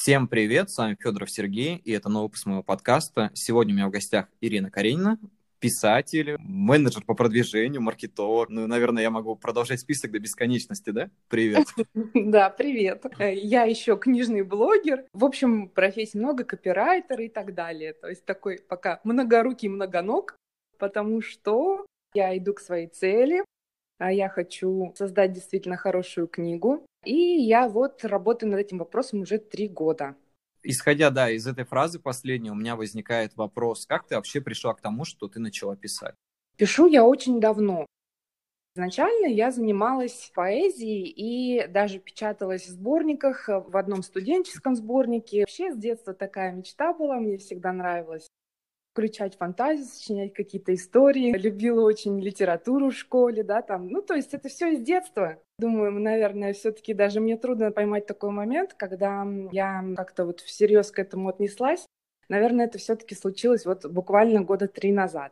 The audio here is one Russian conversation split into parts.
Всем привет, с вами Федоров Сергей, и это новый выпуск моего подкаста. Сегодня у меня в гостях Ирина Каренина, писатель, менеджер по продвижению, маркетолог. Ну, наверное, я могу продолжать список до бесконечности, да? Привет. Да, привет. Я еще книжный блогер. В общем, профессий много, копирайтер и так далее. То есть такой пока многорукий многоног, потому что я иду к своей цели, а я хочу создать действительно хорошую книгу. И я вот работаю над этим вопросом уже 3 года. Исходя, да, из этой фразы последней, у меня возникает вопрос, как ты вообще пришла к тому, что ты начала писать? Пишу я очень давно. Изначально я занималась поэзией и даже печаталась в сборниках, в одном студенческом сборнике. Вообще с детства такая мечта была, мне всегда нравилось включать фантазию, сочинять какие-то истории. Любила очень литературу в школе, да, там. Ну, то есть это все из детства. Думаю, наверное, все-таки даже мне трудно поймать такой момент, когда я как-то вот всерьез к этому отнеслась. Наверное, это все-таки случилось вот буквально года 3 назад.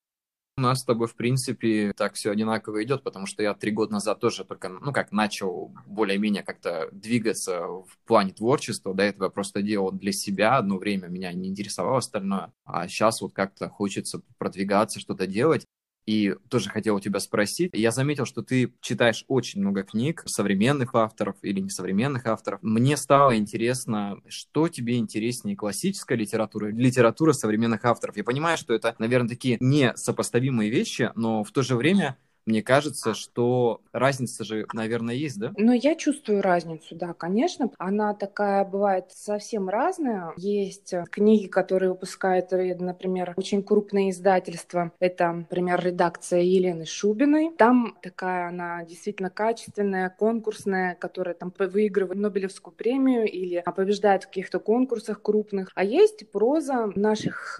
У нас с тобой, в принципе, так все одинаково идет, потому что я 3 года назад тоже только, начал более-менее как-то двигаться в плане творчества. До этого я просто делал для себя, одно время меня не интересовало остальное, а сейчас вот как-то хочется продвигаться, что-то делать. И тоже хотел у тебя спросить. Я заметил, что ты читаешь очень много книг современных авторов или несовременных авторов. Мне стало интересно, что тебе интереснее, классическая литература или литература современных авторов? Я понимаю, что это, наверное, такие несопоставимые вещи, но в то же время мне кажется, что разница же, наверное, есть, да? Но я чувствую разницу, да, конечно. Она такая бывает совсем разная. Есть книги, которые выпускают, например, очень крупные издательства. Это, например, редакция Елены Шубиной. Там такая она действительно качественная, конкурсная, которая там выигрывает Нобелевскую премию или побеждает в каких-то конкурсах крупных. А есть проза наших,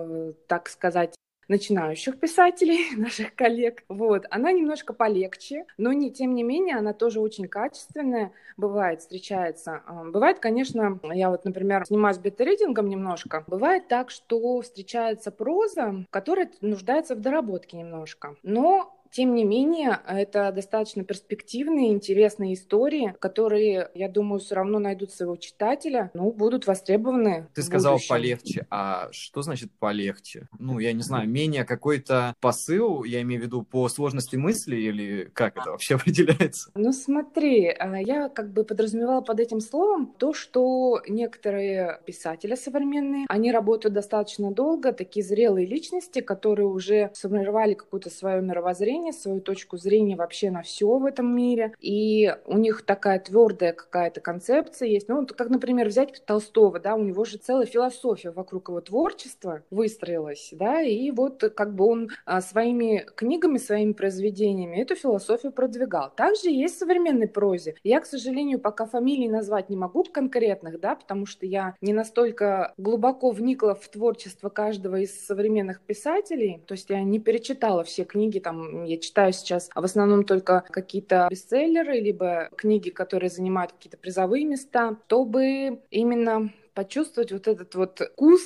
так сказать, начинающих писателей, наших коллег. Вот. Она немножко полегче, но тем не менее она тоже очень качественная. Бывает, встречается. Бывает, конечно, я вот, например, занимаюсь бета-ридингом немножко. Бывает так, что встречается проза, которая нуждается в доработке немножко. Но тем не менее, это достаточно перспективные, интересные истории, которые, я думаю, все равно найдут своего читателя, будут востребованы Ты в сказал будущем. полегче, а что значит полегче? Ну, я не знаю, менее какой-то посыл, я имею в виду по сложности мысли или как это вообще определяется? Ну смотри, я как бы подразумевала под этим словом то, что некоторые писатели современные, они работают достаточно долго, такие зрелые личности, которые уже сформировали какое-то свое мировоззрение, свою точку зрения вообще на все в этом мире, и у них такая твердая какая-то концепция есть. Ну, вот как, например, взять Толстого, да, у него же целая философия вокруг его творчества выстроилась, да, и вот как бы он своими книгами, своими произведениями эту философию продвигал. Также есть в современной прозе. Я, к сожалению, пока фамилий назвать не могу конкретных, да, потому что я не настолько глубоко вникла в творчество каждого из современных писателей, то есть я не перечитала все книги, там, я читаю сейчас в основном только какие-то бестселлеры, либо книги, которые занимают какие-то призовые места, чтобы именно почувствовать вот этот вот вкус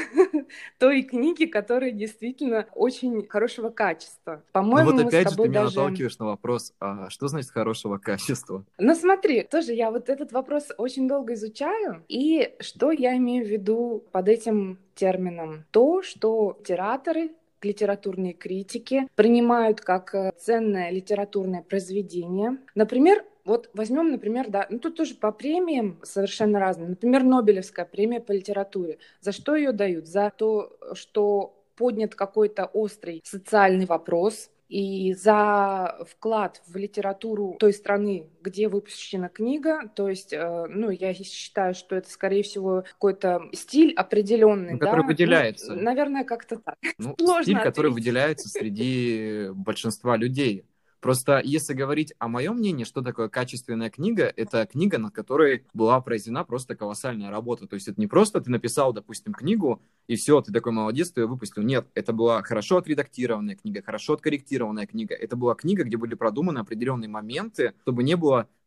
той книги, которая действительно очень хорошего качества. Ну вот По-моему, мы с опять же ты тобой меня даже... наталкиваешь на вопрос, а что значит хорошего качества? Ну смотри, тоже я вот этот вопрос очень долго изучаю, и что я имею в виду под этим термином? То, что литераторы, литературные критики принимают как ценное литературное произведение. Например, вот возьмем, например, да, тут тоже по премиям совершенно разные. Например, Нобелевская премия по литературе. За что ее дают? За то, что поднят какой-то острый социальный вопрос, и за вклад в литературу той страны, где выпущена книга. То есть, я считаю, что это, скорее всего, какой-то стиль определенный, Ну, который да. выделяется. Наверное, как-то так. Ну, стиль, Сложно который ответить. выделяется среди большинства людей. Просто если говорить о моем мнении, что такое качественная книга, это книга, над которой была произведена просто колоссальная работа. То есть это не просто ты написал, допустим, книгу, и все, ты такой молодец, ты ее выпустил. Нет, это была хорошо отредактированная книга, хорошо откорректированная книга. Это была книга, где были продуманы определенные моменты, чтобы не было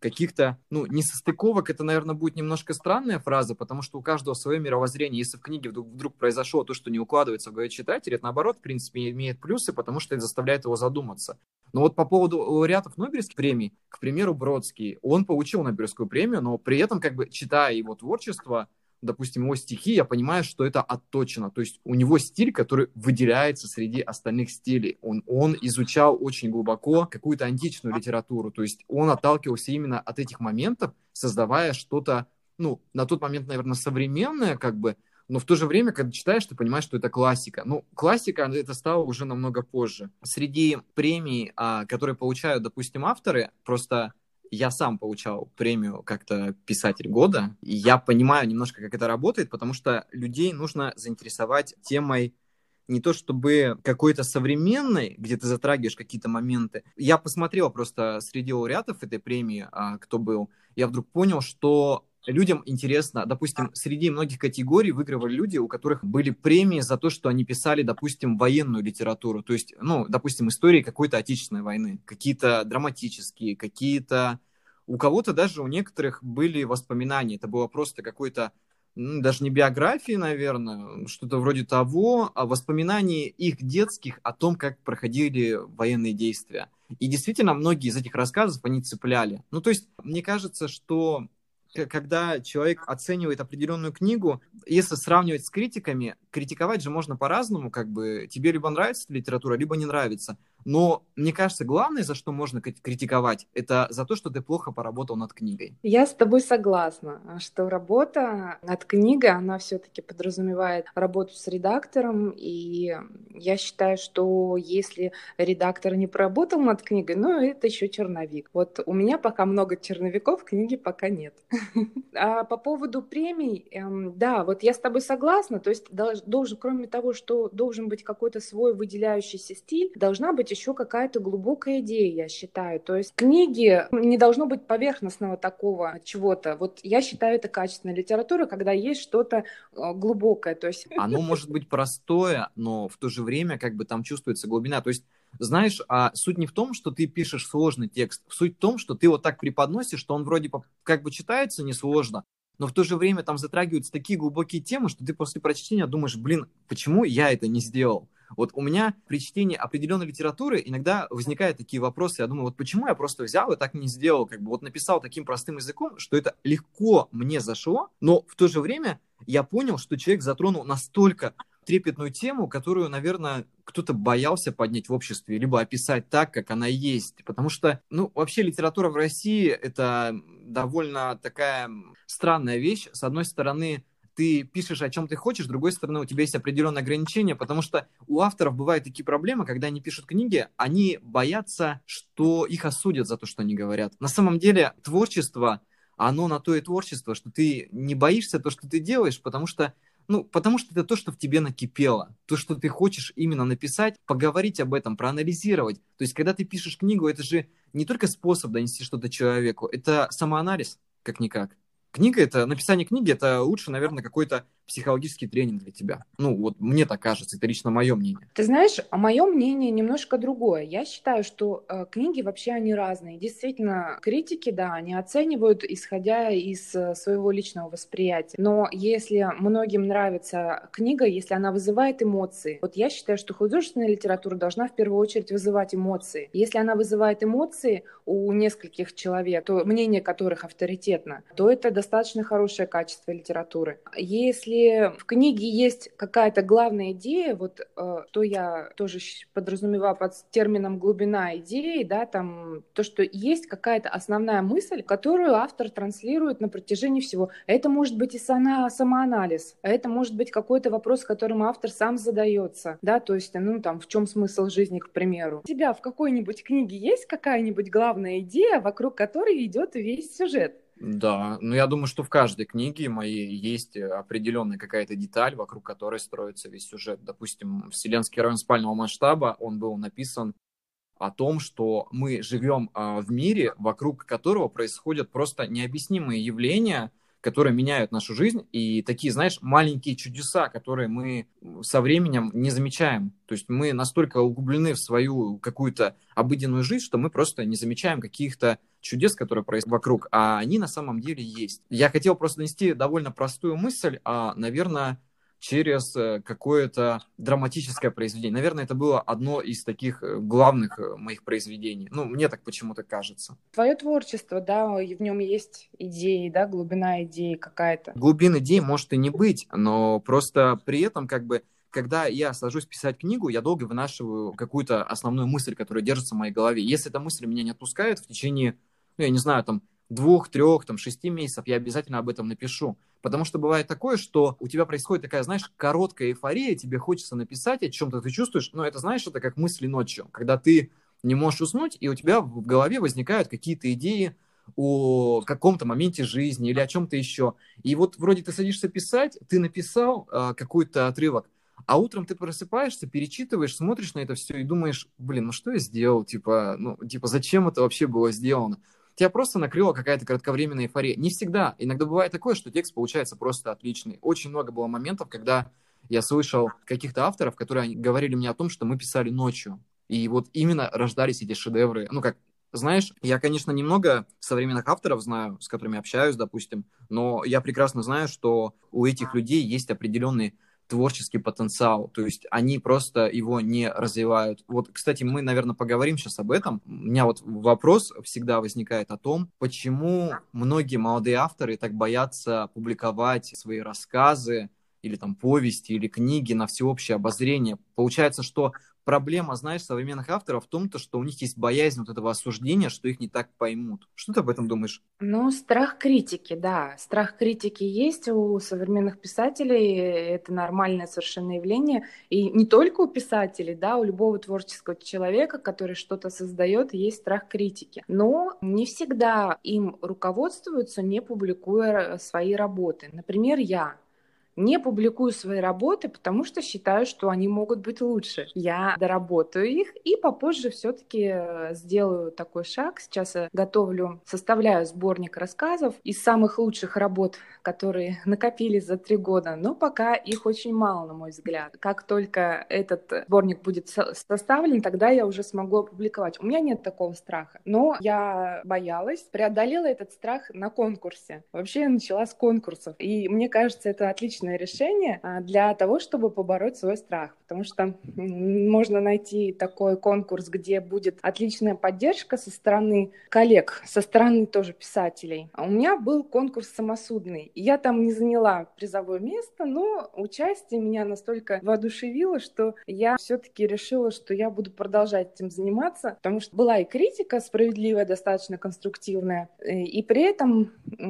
каких-то, несостыковок, это, наверное, будет немножко странная фраза, потому что у каждого свое мировоззрение. Если в книге вдруг произошло то, что не укладывается в голове читателя, это, наоборот, в принципе, имеет плюсы, потому что это заставляет его задуматься. Но вот по поводу лауреатов Нобелевских премий, к примеру, Бродский, он получил Нобелевскую премию, но при этом, как бы, читая его творчество, допустим, его стихи, я понимаю, что это отточено. То есть у него стиль, который выделяется среди остальных стилей. Он изучал очень глубоко какую-то античную литературу. То есть он отталкивался именно от этих моментов, создавая что-то, на тот момент, наверное, современное, как бы, но в то же время, когда читаешь, ты понимаешь, что это классика. Классика это стало уже намного позже. Среди премий, которые получают, допустим, авторы, просто я сам получал премию как-то «Писатель года», и я понимаю немножко, как это работает, потому что людей нужно заинтересовать темой не то чтобы какой-то современной, где ты затрагиваешь какие-то моменты. Я посмотрел просто среди лауреатов этой премии, кто был, я вдруг понял, что людям интересно, допустим, среди многих категорий выигрывали люди, у которых были премии за то, что они писали, допустим, военную литературу, то есть, допустим, истории какой-то отечественной войны, какие-то драматические, какие-то... У кого-то даже у некоторых были воспоминания, это было просто какой-то, даже не биографии, наверное, что-то вроде того, а воспоминания их детских о том, как проходили военные действия. И действительно, многие из этих рассказов, они цепляли. То есть, мне кажется, что когда человек оценивает определенную книгу, если сравнивать с критиками, критиковать же можно по-разному, как бы тебе либо нравится литература, либо не нравится. Но мне кажется, главное, за что можно критиковать, это за то, что ты плохо поработал над книгой. Я с тобой согласна, что работа над книгой, она все-таки подразумевает работу с редактором, и я считаю, что если редактор не поработал над книгой, это еще черновик. Вот у меня пока много черновиков, книги пока нет. А по поводу премий, да, вот я с тобой согласна, то есть должен, кроме того, что должен быть какой-то свой выделяющийся стиль, должна быть еще какая-то глубокая идея, я считаю. То есть книги не должно быть поверхностного такого чего-то. Вот я считаю, это качественная литература, когда есть что-то глубокое. То есть... Оно может быть простое, но в то же время как бы там чувствуется глубина. То есть, знаешь, суть не в том, что ты пишешь сложный текст, суть в том, что ты вот так преподносишь, что он вроде как бы читается несложно, но в то же время там затрагиваются такие глубокие темы, что ты после прочтения думаешь, почему я это не сделал? Вот у меня при чтении определенной литературы иногда возникают такие вопросы, я думаю, вот почему я просто взял и так не сделал, как бы вот написал таким простым языком, что это легко мне зашло, но в то же время я понял, что человек затронул настолько трепетную тему, которую, наверное, кто-то боялся поднять в обществе, либо описать так, как она есть. Потому что, вообще литература в России — это довольно такая странная вещь. С одной стороны, ты пишешь, о чем ты хочешь, с другой стороны, у тебя есть определенные ограничения, потому что у авторов бывают такие проблемы, когда они пишут книги, они боятся, что их осудят за то, что они говорят. На самом деле, творчество, оно на то и творчество, что ты не боишься то, что ты делаешь, потому что это то, что в тебе накипело, то, что ты хочешь именно написать, поговорить об этом, проанализировать. То есть, когда ты пишешь книгу, это же не только способ донести что-то человеку, это самоанализ, как-никак. Написание книги, это лучше, наверное, какой-то психологический тренинг для тебя. Вот мне так кажется, это лично мое мнение. Ты знаешь, мое мнение немножко другое. Я считаю, что книги вообще они разные. Действительно, критики, да, они оценивают, исходя из своего личного восприятия. Но если многим нравится книга, если она вызывает эмоции, вот я считаю, что художественная литература должна в первую очередь вызывать эмоции. Если она вызывает эмоции у нескольких человек, то мнение которых авторитетно, то это достаточно хорошее качество литературы. Если в книге есть какая-то главная идея, вот что я тоже подразумеваю под термином глубина идеи, да, там то, что есть какая-то основная мысль, которую автор транслирует на протяжении всего. Это может быть и самоанализ, а это может быть какой-то вопрос, которым автор сам задается, да, то есть, там, в чем смысл жизни, к примеру. У тебя в какой-нибудь книге есть какая-нибудь главная идея, вокруг которой идет весь сюжет? Да, я думаю, что в каждой книге моей есть определенная какая-то деталь, вокруг которой строится весь сюжет. Допустим, «Вселенский район спального масштаба», он был написан о том, что мы живем в мире, вокруг которого происходят просто необъяснимые явления, которые меняют нашу жизнь, и такие, знаешь, маленькие чудеса, которые мы со временем не замечаем. То есть мы настолько углублены в свою какую-то обыденную жизнь, что мы просто не замечаем каких-то чудес, которые происходят вокруг, а они на самом деле есть. Я хотел просто донести довольно простую мысль, наверное, через какое-то драматическое произведение. Наверное, это было одно из таких главных моих произведений. Ну, мне так почему-то кажется. Твое творчество, да, и в нем есть идеи, да, глубина идеи какая-то. Глубин идей может и не быть, но просто при этом как бы когда я сажусь писать книгу, я долго вынашиваю какую-то основную мысль, которая держится в моей голове. Если эта мысль меня не отпускает в течение, ну, я не знаю, там, 2, 3, 6 месяцев, я обязательно об этом напишу. Потому что бывает такое, что у тебя происходит такая, знаешь, короткая эйфория, тебе хочется написать о чем-то, ты чувствуешь, но это, знаешь, это как мысли ночью, когда ты не можешь уснуть, и у тебя в голове возникают какие-то идеи о каком-то моменте жизни или о чем-то еще. И вот вроде ты садишься писать, ты написал какой-то отрывок, а утром ты просыпаешься, перечитываешь, смотришь на это все и думаешь, блин, ну что я сделал? Типа, зачем это вообще было сделано? Тебя просто накрыла какая-то кратковременная эйфория. Не всегда. Иногда бывает такое, что текст получается просто отличный. Очень много было моментов, когда я слышал каких-то авторов, которые говорили мне о том, что мы писали ночью. И вот именно рождались эти шедевры. Ну, как, знаешь, я, конечно, немного современных авторов знаю, с которыми общаюсь, допустим, но я прекрасно знаю, что у этих людей есть определенный творческий потенциал, то есть они просто его не развивают. Вот, кстати, мы, наверное, поговорим сейчас об этом. У меня вот вопрос всегда возникает о том, почему многие молодые авторы так боятся публиковать свои рассказы или там повести, или книги на всеобщее обозрение. Получается, что проблема, знаешь, современных авторов в том, что у них есть боязнь вот этого осуждения, что их не так поймут. Что ты об этом думаешь? Ну, страх критики, да. Страх критики есть у современных писателей, это нормальное совершенно явление. И не только у писателей, да, у любого творческого человека, который что-то создает, есть страх критики. Но не всегда им руководствуются, не публикуя свои работы. Например, я не публикую свои работы, потому что считаю, что они могут быть лучше. Я доработаю их и попозже все-таки сделаю такой шаг. Сейчас я составляю сборник рассказов из самых лучших работ, которые накопились за 3 года, но пока их очень мало, на мой взгляд. Как только этот сборник будет составлен, тогда я уже смогу опубликовать. У меня нет такого страха, но я боялась, преодолела этот страх на конкурсе. Вообще я начала с конкурсов, и мне кажется, это отличное решение для того, чтобы побороть свой страх, потому что можно найти такой конкурс, где будет отличная поддержка со стороны коллег, со стороны тоже писателей. А у меня был конкурс самосудный, и я там не заняла призовое место, но участие меня настолько воодушевило, что я все-таки решила, что я буду продолжать этим заниматься, потому что была и критика справедливая, достаточно конструктивная, и при этом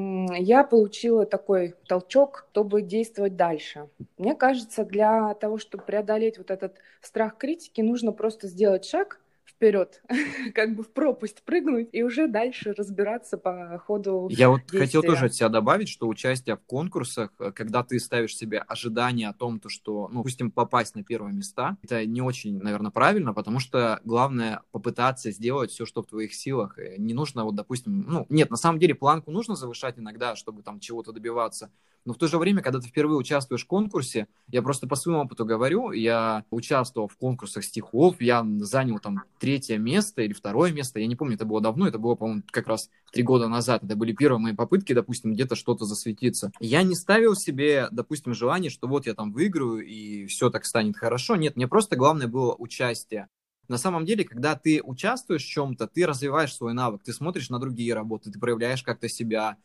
я получила такой толчок, чтобы действовать дальше. Мне кажется, для того, чтобы преодолеть вот этот страх критики, нужно просто сделать шаг вперед, как бы в пропасть прыгнуть и уже дальше разбираться по ходу Я вот действия. хотел тоже от себя добавить, что участие в конкурсах, когда ты ставишь себе ожидания о том, что, ну, допустим, попасть на первые места, это не очень, наверное, правильно, потому что главное попытаться сделать все, что в твоих силах. Не нужно, вот, допустим, ну, нет, на самом деле планку нужно завышать иногда, чтобы там чего-то добиваться, но в то же время, когда ты впервые участвуешь в конкурсе, я просто по своему опыту говорю, я участвовал в конкурсах стихов, я занял там 3 место или 2 место, я не помню, это было давно, это было, по-моему, как раз 3 года назад, это были первые мои попытки, допустим, где-то что-то засветиться. Я не ставил себе, допустим, желание, что вот я там выиграю и все так станет хорошо. Нет, мне просто главное было участие. На самом деле, когда ты участвуешь в чем-то, ты развиваешь свой навык, ты смотришь на другие работы, ты проявляешь как-то себя,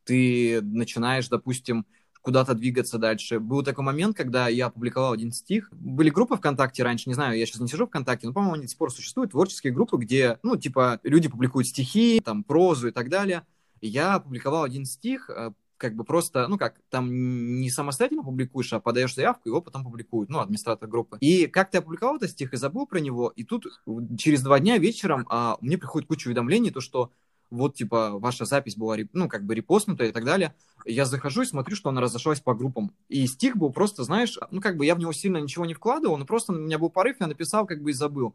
ты начинаешь, допустим, куда-то двигаться дальше. Был такой момент, когда я опубликовал один стих. Были группы ВКонтакте раньше, не знаю, я сейчас не сижу ВКонтакте, но, по-моему, они до сих пор существуют, творческие группы, где, ну, типа, люди публикуют стихи, там, прозу и так далее. И я опубликовал один стих, как бы просто, ну как, там не самостоятельно публикуешь, а подаешь заявку, его потом публикуют, ну, администратор группы. И как-то я опубликовал этот стих и забыл про него, и тут через 2 дня вечером мне приходит куча уведомлений, то, что вот, типа, ваша запись была, ну, как бы репостнута и так далее. Я захожу и смотрю, что она разошлась по группам. И стих был просто, знаешь, ну, как бы я в него сильно ничего не вкладывал, но просто у меня был порыв, я написал, как бы, и забыл.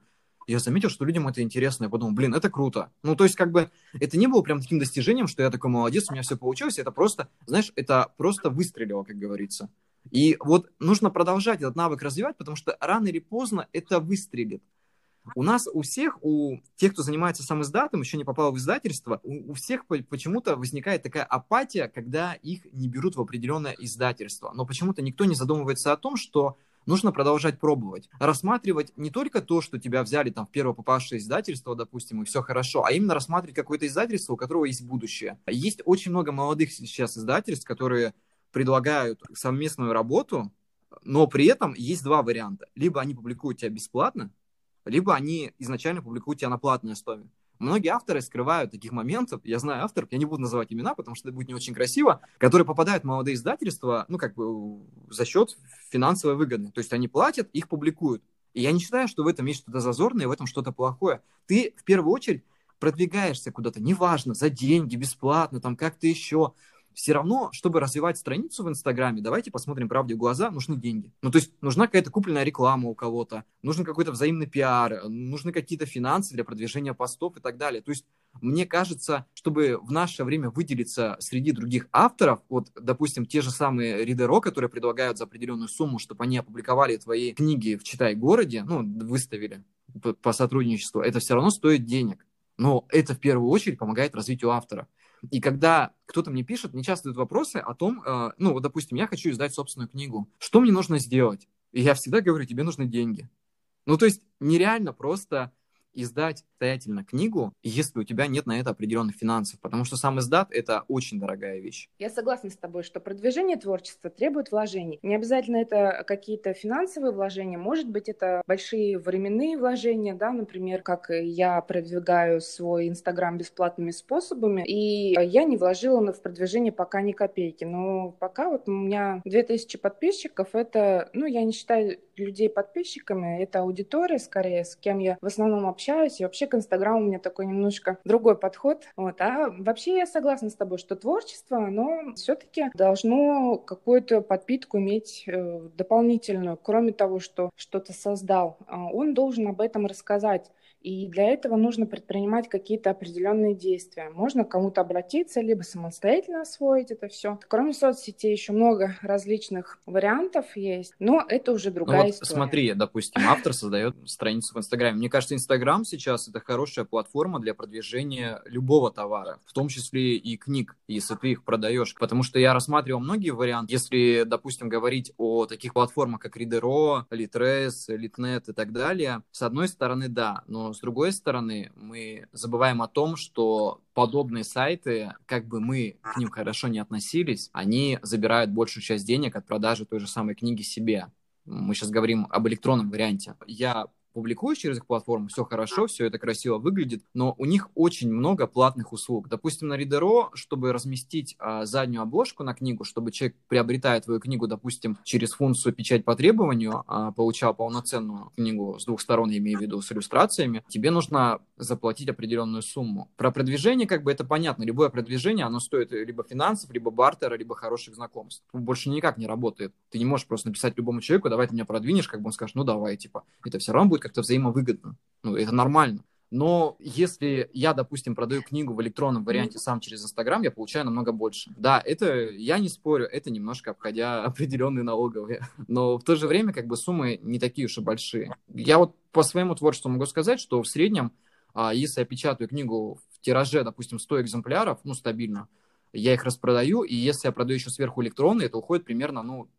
Я заметил, что людям это интересно. Я подумал, блин, это круто. Ну, то есть, как бы, это не было прям таким достижением, что я такой молодец, у меня все получилось. Это просто, знаешь, это просто выстрелило, как говорится. И вот нужно продолжать этот навык развивать, потому что рано или поздно это выстрелит. У нас, у всех, у тех, кто занимается сам издатом, еще не попал в издательство, у всех почему-то возникает такая апатия, когда их не берут в определенное издательство. Но почему-то никто не задумывается о том, что нужно продолжать пробовать. Рассматривать не только то, что тебя взяли там в первое попавшее издательство, допустим, и все хорошо, а именно рассматривать какое-то издательство, у которого есть будущее. Есть очень много молодых сейчас издательств, которые предлагают совместную работу, но при этом есть два варианта. Либо они публикуют тебя бесплатно, либо они изначально публикуют тебя на платной основе. Многие авторы скрывают таких моментов. Я знаю авторов, я не буду называть имена, потому что это будет не очень красиво, которые попадают в молодые издательства, ну, как бы за счет финансовой выгоды. То есть они платят, их публикуют. И я не считаю, что в этом есть что-то зазорное, в этом что-то плохое. Ты в первую очередь продвигаешься куда-то, неважно, за деньги, бесплатно, там как-то еще. Все равно, чтобы развивать страницу в Инстаграме, давайте посмотрим правде в глаза, нужны деньги. Ну, то есть нужна какая-то купленная реклама у кого-то, нужен какой-то взаимный пиар, нужны какие-то финансы для продвижения постов и так далее. То есть мне кажется, чтобы в наше время выделиться среди других авторов, вот, допустим, те же самые Ридеро, которые предлагают за определенную сумму, чтобы они опубликовали твои книги в Читай-городе, ну, выставили по сотрудничеству, это все равно стоит денег. Но это в первую очередь помогает развитию автора. И когда кто-то мне пишет, мне часто задают вопросы о том, ну, вот, допустим, я хочу издать собственную книгу. Что мне нужно сделать? И я всегда говорю, тебе нужны деньги. Ну, то есть нереально просто издать самостоятельно книгу, если у тебя нет на это определенных финансов, потому что сам издат – это очень дорогая вещь. Я согласна с тобой, что продвижение творчества требует вложений. Не обязательно это какие-то финансовые вложения, может быть, это большие временные вложения, да, например, как я продвигаю свой Инстаграм бесплатными способами, и я не вложила в продвижение пока ни копейки, но пока вот у меня 2000 подписчиков, это, ну, я не считаю людей подписчиками, это аудитория скорее, с кем я в основном общаюсь, и вообще к Инстаграму у меня такой немножко другой подход. Вот. А вообще я согласна с тобой, что творчество, оно все-таки должно какую-то подпитку иметь дополнительную, кроме того, что что-то создал. Он должен об этом рассказать. И для этого нужно предпринимать какие-то определенные действия. Можно к кому-то обратиться, либо самостоятельно освоить это все. Кроме соцсетей еще много различных вариантов есть, но это уже Ну другая вот история. смотри, допустим, автор создает страницу в Инстаграме. Мне кажется, Инстаграм сейчас это хорошая платформа для продвижения любого товара, в том числе и книг, если ты их продаешь. Потому что я рассматривал многие варианты. Если, допустим, говорить о таких платформах, как Reader.ro, Litres, Litnet и так далее, с одной стороны, да, но с другой стороны, мы забываем о том, что подобные сайты, как бы мы к ним хорошо не относились, они забирают большую часть денег от продажи той же самой книги себе. Мы сейчас говорим об электронном варианте. Я публикую через их платформу, все хорошо, все это красиво выглядит, но у них очень много платных услуг. Допустим, на Reader.ro, чтобы разместить заднюю обложку на книгу, чтобы человек, приобретая твою книгу, допустим, через функцию «Печать по требованию», получал полноценную книгу с двух сторон, я имею в виду, с иллюстрациями, тебе нужно заплатить определенную сумму. Про продвижение, как бы, это понятно. Любое продвижение, оно стоит либо финансов, либо бартера, либо хороших знакомств. Больше никак не работает. Ты не можешь просто написать любому человеку, давай ты меня продвинешь, как бы он скажет, ну давай, типа, это все равно будет как-то взаимовыгодно. Ну, это нормально. Но если я, допустим, продаю книгу в электронном варианте сам через Инстаграм, я получаю намного больше. Да, это, я не спорю, это немножко обходя определенные налоговые. Но в то же время, как бы, суммы не такие уж и большие. Я вот по своему творчеству могу сказать, что в среднем, если я печатаю книгу в тираже, допустим, 100 экземпляров, ну, стабильно, я их распродаю, и если я продаю еще сверху электронные, это уходит примерно, ну,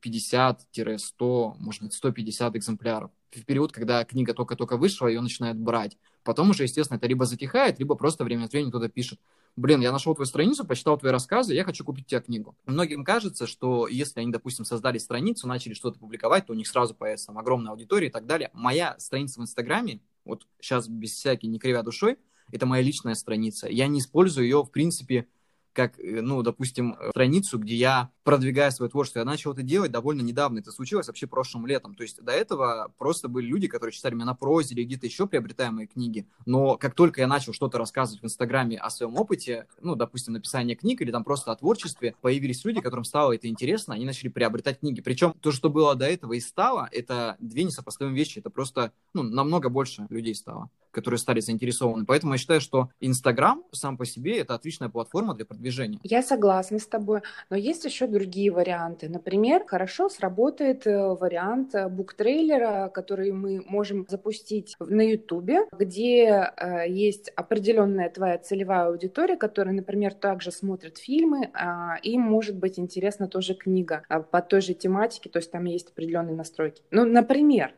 50-100, может быть, 150 экземпляров. В период, когда книга только-только вышла, ее начинают брать. Потом уже, естественно, это либо затихает, либо просто время от времени кто-то пишет: блин, я нашел твою страницу, почитал твои рассказы, я хочу купить тебе книгу. Многим кажется, что если они, допустим, создали страницу, начали что-то публиковать, то у них сразу появится там огромная аудитория и так далее. Моя страница в Инстаграме, вот сейчас без всякой не кривя душой, это моя личная страница. Я не использую ее, в принципе, как, ну, допустим, страницу, где я продвигая свое творчество. Я начал это делать довольно недавно. Это случилось вообще прошлым летом. То есть до этого просто были люди, которые читали меня на прозе или где-то еще, приобретая мои книги. Но как только я начал что-то рассказывать в Инстаграме о своем опыте, ну, допустим, написание книг или там просто о творчестве, появились люди, которым стало это интересно, они начали приобретать книги. Причем то, что было до этого и стало, это две несопоставимые вещи. Это просто, ну, намного больше людей стало, которые стали заинтересованы. Поэтому я считаю, что Инстаграм сам по себе это отличная платформа для продвижения. Я согласна с тобой, но есть еще другие варианты. Например, хорошо сработает вариант буктрейлера, который мы можем запустить на Ютубе, где есть определенная твоя целевая аудитория, которая, например, также смотрит фильмы, им может быть интересна тоже книга по той же тематике, то есть там есть определенные настройки. Ну, например,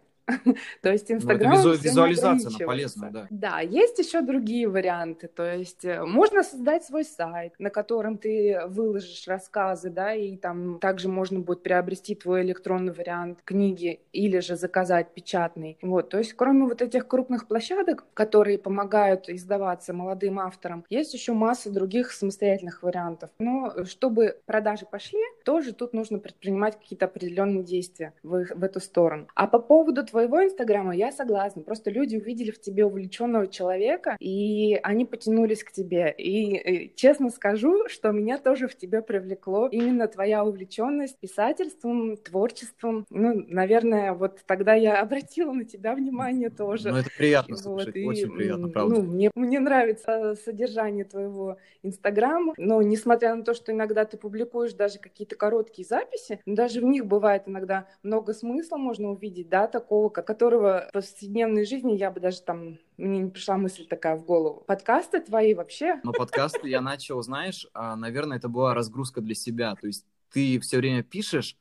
то есть Но это Инстаграм все не визуализация, она полезная, ограничивается. да. Да, есть еще другие варианты. То есть можно создать свой сайт, на котором ты выложишь рассказы, да, и там также можно будет приобрести твой электронный вариант книги или же заказать печатный. Вот, то есть кроме вот этих крупных площадок, которые помогают издаваться молодым авторам, есть еще масса других самостоятельных вариантов. Но чтобы продажи пошли, тоже тут нужно предпринимать какие-то определенные действия в эту сторону. А по поводу твоего Инстаграма я согласна. Просто люди увидели в тебе увлеченного человека, и они потянулись к тебе. И честно скажу, что меня тоже в тебе привлекло именно твоя увлеченность писательством, творчеством. Ну, наверное, вот тогда я обратила на тебя внимание тоже. Ну, это приятно Вот, слушать, и, очень приятно, ну, правда. мне нравится содержание твоего Инстаграма, но несмотря на то, что иногда ты публикуешь даже какие-то короткие записи, даже в них бывает иногда много смысла можно увидеть, да, такого, которого в повседневной жизни я бы даже там, мне не пришла мысль такая в голову. Подкасты твои вообще? Но подкасты я начал, знаешь, наверное, это была разгрузка для себя. То есть ты все время пишешь,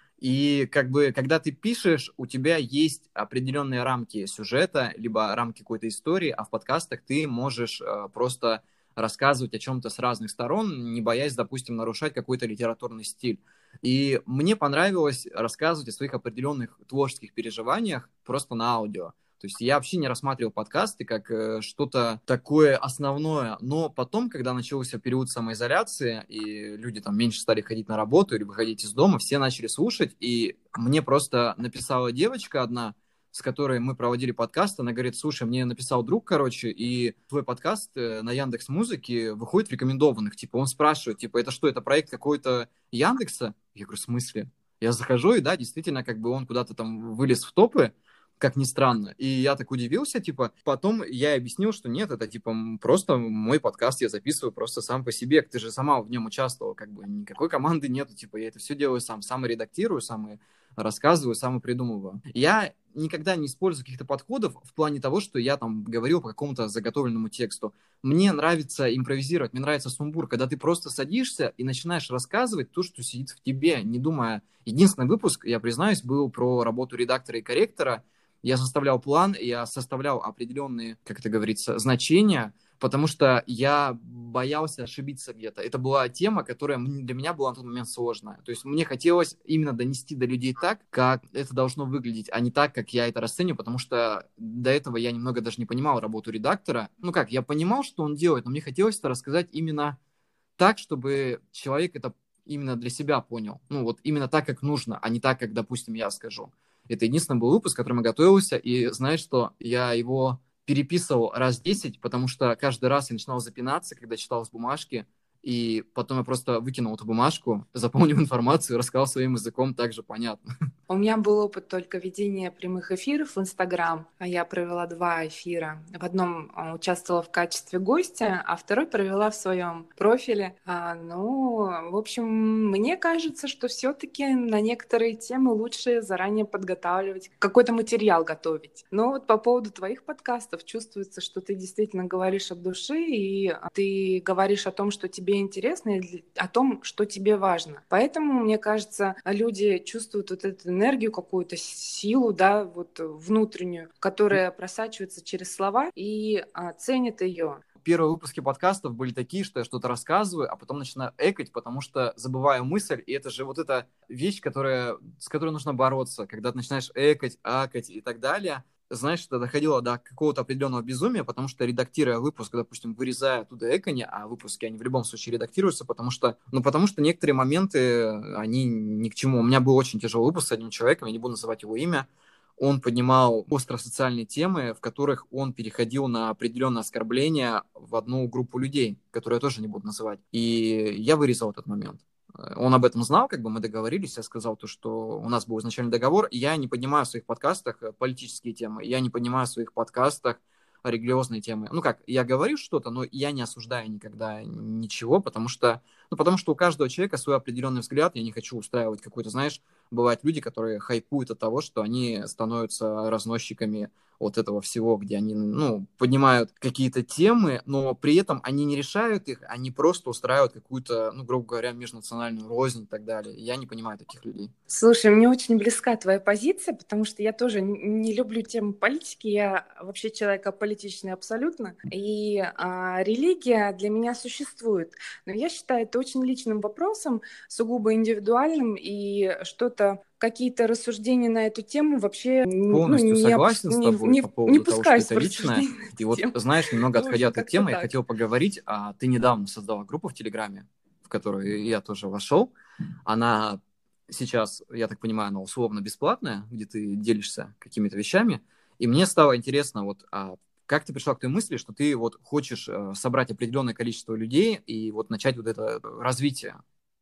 и как бы, когда ты пишешь, у тебя есть определенные рамки сюжета, либо рамки какой-то истории, а в подкастах ты можешь просто рассказывать о чем-то с разных сторон, не боясь, допустим, нарушать какой-то литературный стиль. И мне понравилось рассказывать о своих определенных творческих переживаниях просто на аудио. То есть я вообще не рассматривал подкасты как что-то такое основное. Но потом, когда начался период самоизоляции, и люди там меньше стали ходить на работу или выходить из дома, все начали слушать. И мне просто написала девочка одна, с которой мы проводили подкаст, она говорит: слушай, мне написал друг, короче, и твой подкаст на Яндекс.Музыке выходит в рекомендованных. Типа он спрашивает, типа, это что, это проект какой-то Яндекса? Я говорю, в смысле? Я захожу, и да, действительно, как бы он куда-то там вылез в топы, как ни странно. И я так удивился, типа, потом я объяснил, что нет, это, типа, просто мой подкаст я записываю просто сам по себе, ты же сама в нем участвовала, как бы, никакой команды нету, типа, я это все делаю сам и редактирую, сам и рассказываю, сам и придумываю. Я никогда не использую каких-то подходов в плане того, что я там говорил по какому-то заготовленному тексту. Мне нравится импровизировать, мне нравится сумбур, когда ты просто садишься и начинаешь рассказывать то, что сидит в тебе, не думая. Единственный выпуск, я признаюсь, был про работу редактора и корректора. Я составлял план, я составлял определенные, как это говорится, значения, потому что я боялся ошибиться где-то. Это была тема, которая для меня была на тот момент сложная. То есть мне хотелось именно донести до людей так, как это должно выглядеть, а не так, как я это расцениваю, потому что до этого я немного даже не понимал работу редактора. Ну как, я понимал, что он делает, но мне хотелось это рассказать именно так, чтобы человек это именно для себя понял. Ну вот именно так, как нужно, а не так, как, допустим, я скажу. Это единственный был выпуск, к которому я готовился, и знаешь что, я его переписывал раз 10, потому что каждый раз я начинал запинаться, когда читал с бумажки, и потом я просто выкинул эту бумажку, заполнил информацию, рассказал своим языком, также понятно. У меня был опыт только ведения прямых эфиров в Инстаграм. Я провела 2 эфира. В одном участвовала в качестве гостя, а второй провела в своем профиле. Ну, в общем, мне кажется, что все-таки на некоторые темы лучше заранее подготавливать, какой-то материал готовить. Но вот по поводу твоих подкастов чувствуется, что ты действительно говоришь от души, и ты говоришь о том, что тебе интересно, и о том, что тебе важно. Поэтому, мне кажется, люди чувствуют вот эту энергию, какую-то силу, да, вот внутреннюю, которая просачивается через слова и ценят ее. Первые выпуски подкастов были такие, что я что-то рассказываю, а потом начинаю экать, потому что забываю мысль, и это же вот эта вещь, с которой нужно бороться, когда ты начинаешь экать, акать и так далее. знаешь, это доходило до какого-то определенного безумия, потому что, редактируя выпуск, допустим, вырезая оттуда экони, а выпуски, они в любом случае редактируются, потому что некоторые моменты, они ни к чему. У меня был очень тяжелый выпуск с одним человеком, я не буду называть его имя. Он поднимал остросоциальные темы, в которых он переходил на определенные оскорбления в одну группу людей, которую я тоже не буду называть. И я вырезал этот момент. Он об этом знал, как бы мы договорились, я сказал то, что у нас был изначальный договор, и я не поднимаю в своих подкастах политические темы, я не поднимаю в своих подкастах религиозные темы. Ну как, я говорю что-то, но я не осуждаю никогда ничего, потому что у каждого человека свой определенный взгляд, я не хочу устраивать какой-то, знаешь, бывают люди, которые хайпуют от того, что они становятся разносчиками вот этого всего, где они, ну, поднимают какие-то темы, но при этом они не решают их, они просто устраивают какую-то, ну, грубо говоря, межнациональную рознь и так далее. Я не понимаю таких людей. Слушай, мне очень близка твоя позиция, потому что я тоже не люблю тему политики, я вообще человек аполитичный абсолютно, и религия для меня существует, но я считаю это очень личным вопросом, сугубо индивидуальным, и какие-то рассуждения на эту тему вообще ну, Полностью согласен с тобой по не поводу того, что пускаюсь это в личное. рассуждения на И эту вот, тему. знаешь, немного В отходя общем, от этой как-то темы, я так. хотел поговорить. Ты недавно создала группу в Телеграме, в которую я тоже вошел. Она сейчас, я так понимаю, она условно бесплатная, где ты делишься какими-то вещами. И мне стало интересно, вот, как ты пришла к той мысли, что ты вот хочешь собрать определенное количество людей и вот начать вот это развитие?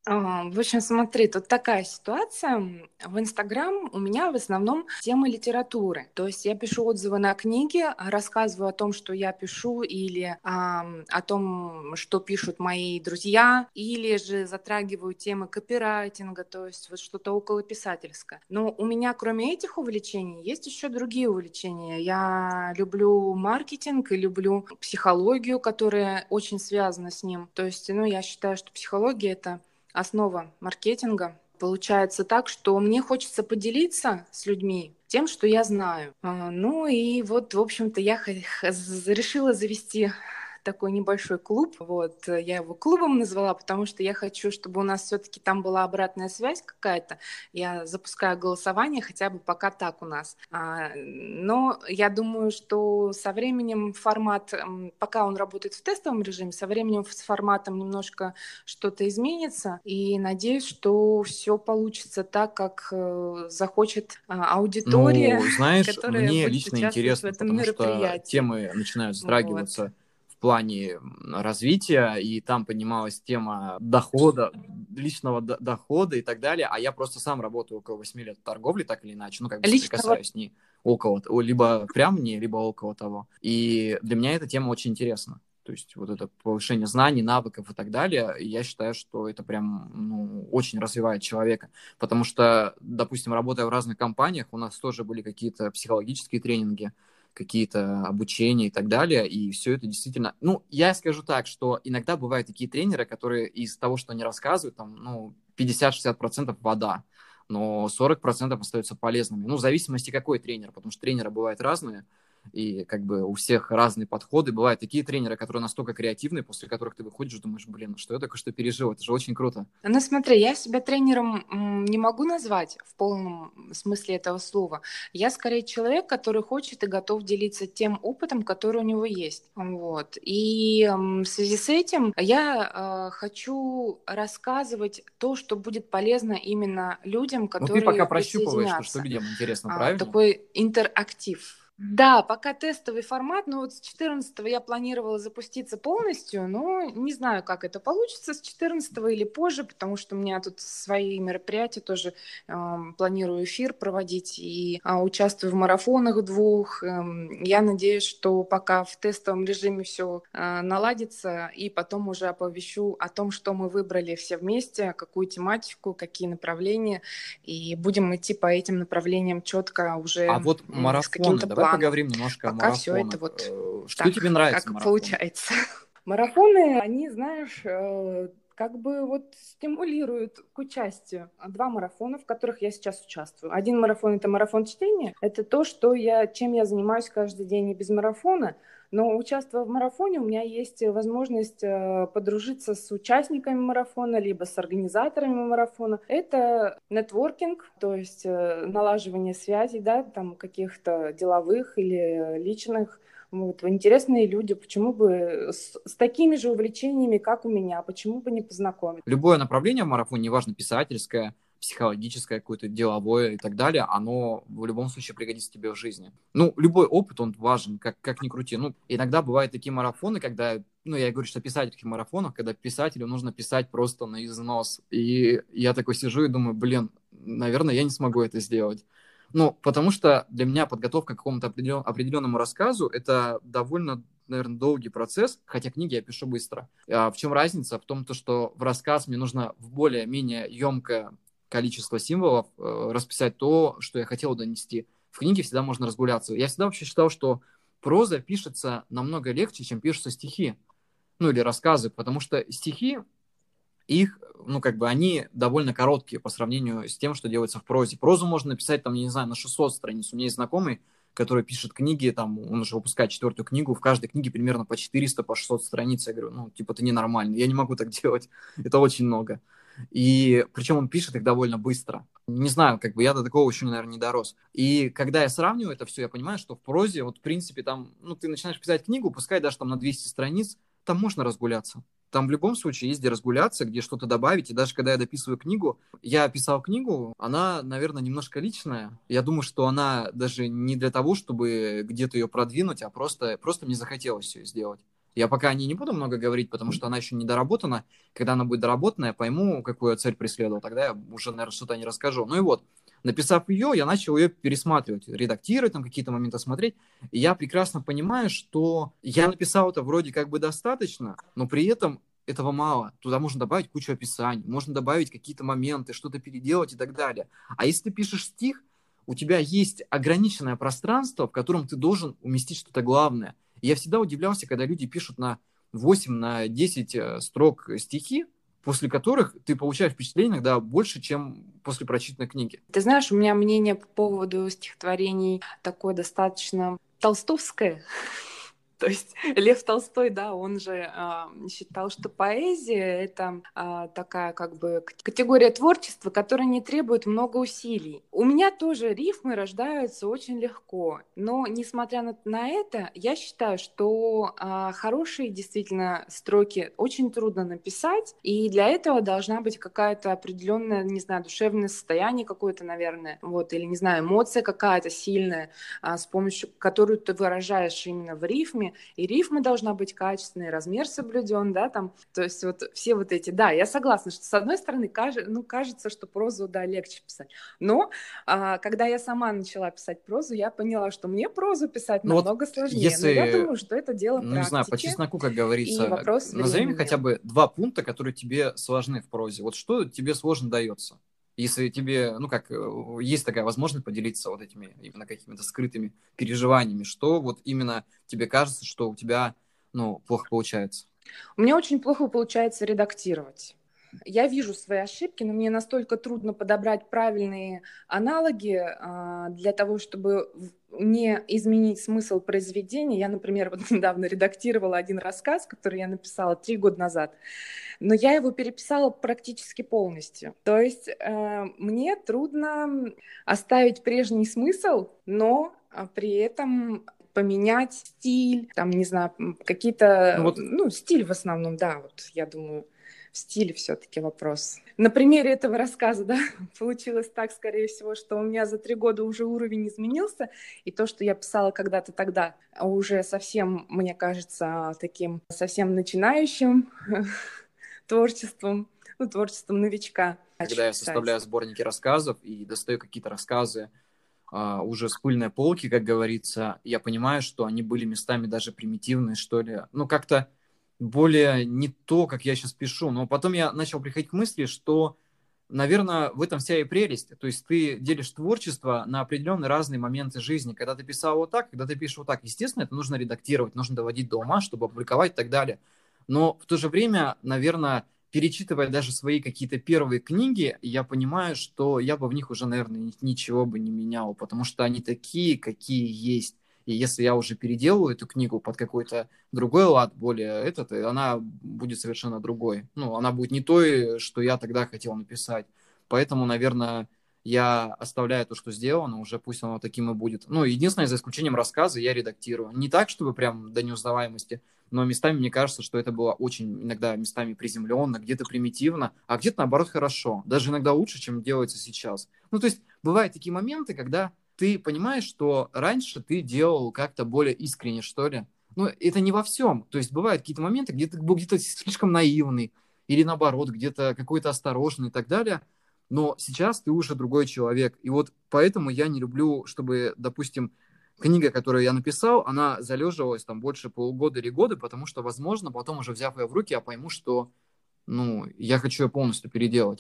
В общем, смотри, тут такая ситуация. В Инстаграм у меня в основном темы литературы. То есть я пишу отзывы на книги, рассказываю о том, что я пишу, или о том, что пишут мои друзья, или же затрагиваю темы копирайтинга, то есть вот что-то околописательское. Но у меня, кроме этих увлечений, есть еще другие увлечения. Я люблю маркетинг и люблю психологию, которая очень связана с ним. То есть, ну, я считаю, что психология — это основа маркетинга. Получается так, что мне хочется поделиться с людьми тем, что я знаю. Ну и вот, в общем-то, я решила завести такой небольшой клуб. Вот, я его клубом назвала, потому что я хочу, чтобы у нас все-таки там была обратная связь какая-то. Я запускаю голосование, хотя бы пока так у нас. Но я думаю, что со временем формат, пока он работает в тестовом режиме, со временем с форматом немножко что-то изменится. И надеюсь, что все получится так, как захочет аудитория, Ну, знаешь, которая мне будет лично участвовать в интересно, этом потому что мероприятии. темы начинают Вот. затрагиваться в плане развития, и там поднималась тема дохода, личного дохода и так далее, а я просто сам работаю около 8 лет в торговле, так или иначе, ну, как бы Личного. соприкасаюсь с ней либо прям мне, либо около того. И для меня эта тема очень интересна. То есть вот это повышение знаний, навыков и так далее, и я считаю, что это прям, ну, очень развивает человека. Потому что, допустим, работая в разных компаниях, у нас тоже были какие-то психологические тренинги, какие-то обучения и так далее, и все это действительно... Ну, я скажу так, что иногда бывают такие тренеры, которые из того, что они рассказывают, там, ну, 50-60% вода, но 40% остаются полезными. Ну, в зависимости, какой тренер, потому что тренеры бывают разные, и как бы у всех разные подходы. Бывают такие тренеры, которые настолько креативные, после которых ты выходишь, думаешь, блин, что я только что пережил, это же очень круто. Ну, смотри, я себя тренером не могу назвать в полном смысле этого слова. Я скорее человек, который хочет и готов делиться тем опытом, который у него есть. Вот. И в связи с этим я хочу рассказывать то, что будет полезно именно людям, Ну, ты пока которые прощупываешь, что присоединятся. людям интересно, правильно? Такой интерактив. Да, пока тестовый формат, но вот с 14 я планировала запуститься полностью, но не знаю, как это получится с 14 или позже, потому что у меня тут свои мероприятия тоже, планирую эфир проводить и участвую в марафонах двух. Я надеюсь, что пока в тестовом режиме все наладится, и потом уже оповещу о том, что мы выбрали все вместе, какую тематику, какие направления, и будем идти по этим направлениям четко А уже вот с марафоны, каким-то давай планом. поговорим немножко о Пока все это марафонах. вот Что тебе так, нравится в как марафонах? получается. Марафоны, они, знаешь, как бы вот стимулируют к участию. Два марафона, в которых я сейчас участвую. Один марафон — это марафон чтения. Это то, чем я занимаюсь каждый день и без марафона. Но участвуя в марафоне, у меня есть возможность подружиться с участниками марафона, либо с организаторами марафона. Это нетворкинг, то есть налаживание связей, да, там каких-то деловых или личных. Вот, интересные люди, почему бы с такими же увлечениями, как у меня, почему бы не познакомиться? Любое направление в марафоне, неважно, писательское, психологическое, какое-то деловое и так далее, оно в любом случае пригодится тебе в жизни. Ну, любой опыт, он важен, как ни крути. Ну, иногда бывают такие марафоны, когда, ну, я говорю, что писательских марафонов, когда писателю нужно писать просто на износ. И я такой сижу и думаю, блин, наверное, я не смогу это сделать. Ну, потому что для меня подготовка к какому-то определенному рассказу — это довольно, наверное, долгий процесс, хотя книги я пишу быстро. А в чем разница? В том, что в рассказ мне нужно в более-менее емкое количество символов расписать то, что я хотел донести. В книге всегда можно разгуляться. Я всегда вообще считал, что проза пишется намного легче, чем пишутся стихи, ну или рассказы, потому что стихи, их, ну, как бы они довольно короткие по сравнению с тем, что делается в прозе. Прозу можно написать, там, я не знаю, на 600 страниц. У меня есть знакомый, который пишет книги, там, он уже выпускает 4-ю книгу, в каждой книге примерно по 400, по 600 страниц. Я говорю, ну, типа, ты ненормальный, я не могу так делать, это очень много. И причем он пишет их довольно быстро. Не знаю, как бы я до такого еще, наверное, не дорос. И когда я сравниваю это все, я понимаю, что в прозе, вот, в принципе, там, ну, ты начинаешь писать книгу, пускай даже там на 200 страниц, там можно разгуляться. Там в любом случае есть где разгуляться, где что-то добавить. И даже когда я дописываю книгу, я писал книгу, она, наверное, немножко личная. Я думаю, что она даже не для того, чтобы где-то ее продвинуть, а просто мне захотелось ее сделать. Я пока о ней не буду много говорить, потому что она еще не доработана. Когда она будет доработана, я пойму, какую я цель преследовал. Тогда я уже, наверное, что-то не расскажу. Ну и вот, написав ее, я начал ее пересматривать, редактировать, там какие-то моменты смотреть. И я прекрасно понимаю, что я написал это вроде как бы достаточно, но при этом этого мало. Туда можно добавить кучу описаний, можно добавить какие-то моменты, что-то переделать и так далее. А если ты пишешь стих, у тебя есть ограниченное пространство, в котором ты должен уместить что-то главное. И я всегда удивлялся, когда люди пишут на 8, на 10 строк стихи, после которых ты получаешь впечатление иногда больше, чем после прочитанной книги. Ты знаешь, у меня мнение по поводу стихотворений такое достаточно толстовское. То есть Лев Толстой, да, он же считал, что поэзия — это такая как бы категория творчества, которая не требует много усилий. У меня тоже рифмы рождаются очень легко, но несмотря на это, я считаю, что хорошие действительно строки очень трудно написать, и для этого должна быть какая-то определенная, не знаю, душевное состояние какое-то, наверное, вот, или, не знаю, эмоция какая-то сильная, с помощью которой ты выражаешь именно в рифме, и рифма должна быть качественной, размер соблюден, да, там, то есть вот все вот эти, да, я согласна, что с одной стороны кажется, что прозу, да, легче писать, но когда я сама начала писать прозу, я поняла, что мне прозу писать Ну вот, намного сложнее, но я если, думаю, что это дело ну не знаю, по практики чесноку, как и говорится, вопрос назови мне времени. хотя бы 2 пункта, которые тебе сложны в прозе. Вот что тебе сложно дается? Если тебе, ну как, есть такая возможность поделиться вот этими именно какими-то скрытыми переживаниями, что вот именно тебе кажется, что у тебя, ну, плохо получается? У меня очень плохо получается редактировать. Я вижу свои ошибки, но мне настолько трудно подобрать правильные аналоги для того, чтобы не изменить смысл произведения. Я, например, вот недавно редактировала один рассказ, который я написала 3 года назад, но я его переписала практически полностью. То есть мне трудно оставить прежний смысл, но при этом поменять стиль, там, не знаю, Ну какие-то, вот, ну, стиль в основном, да, вот я думаю, в стиле все-таки вопрос. На примере этого рассказа, да, получилось так, скорее всего, что у меня за 3 года уже уровень изменился, и то, что я писала когда-то тогда, уже совсем, мне кажется, таким совсем начинающим творчеством, ну, творчеством новичка. Хочу когда я писать. составляю сборники рассказов и достаю какие-то рассказы уже с пыльной полки, как говорится, я понимаю, что они были местами даже примитивные, что ли. Ну, как-то более не то, как я сейчас пишу. Но потом я начал приходить к мысли, что, наверное, в этом вся и прелесть. То есть ты делишь творчество на определенные разные моменты жизни. Когда ты писал вот так, когда ты пишешь вот так. Естественно, это нужно редактировать, нужно доводить до ума, чтобы опубликовать и так далее. Но в то же время, наверное, перечитывая даже свои какие-то первые книги, я понимаю, что я бы в них уже, наверное, ничего бы не менял, потому что они такие, какие есть. И если я уже переделаю эту книгу под какой-то другой лад, более она будет совершенно другой. Ну, она будет не той, что я тогда хотел написать. Поэтому, наверное, я оставляю то, что сделано, уже пусть оно таким и будет. Ну, единственное, за исключением рассказа, я редактирую. Не так, чтобы прям до неузнаваемости, но местами мне кажется, что это было очень иногда местами приземленно, где-то примитивно, а где-то, наоборот, хорошо. Даже иногда лучше, чем делается сейчас. Ну, то есть бывают такие моменты, когда ты понимаешь, что раньше ты делал как-то более искренне, что ли. Но это не во всем. То есть бывают какие-то моменты, где ты был где-то слишком наивный, или наоборот, где-то какой-то осторожный и так далее. Но сейчас ты уже другой человек. И вот поэтому я не люблю, чтобы, допустим, книга, которую я написал, она залеживалась там больше полугода или года, потому что, возможно, потом уже взяв ее в руки, я пойму, что, ну, я хочу ее полностью переделать.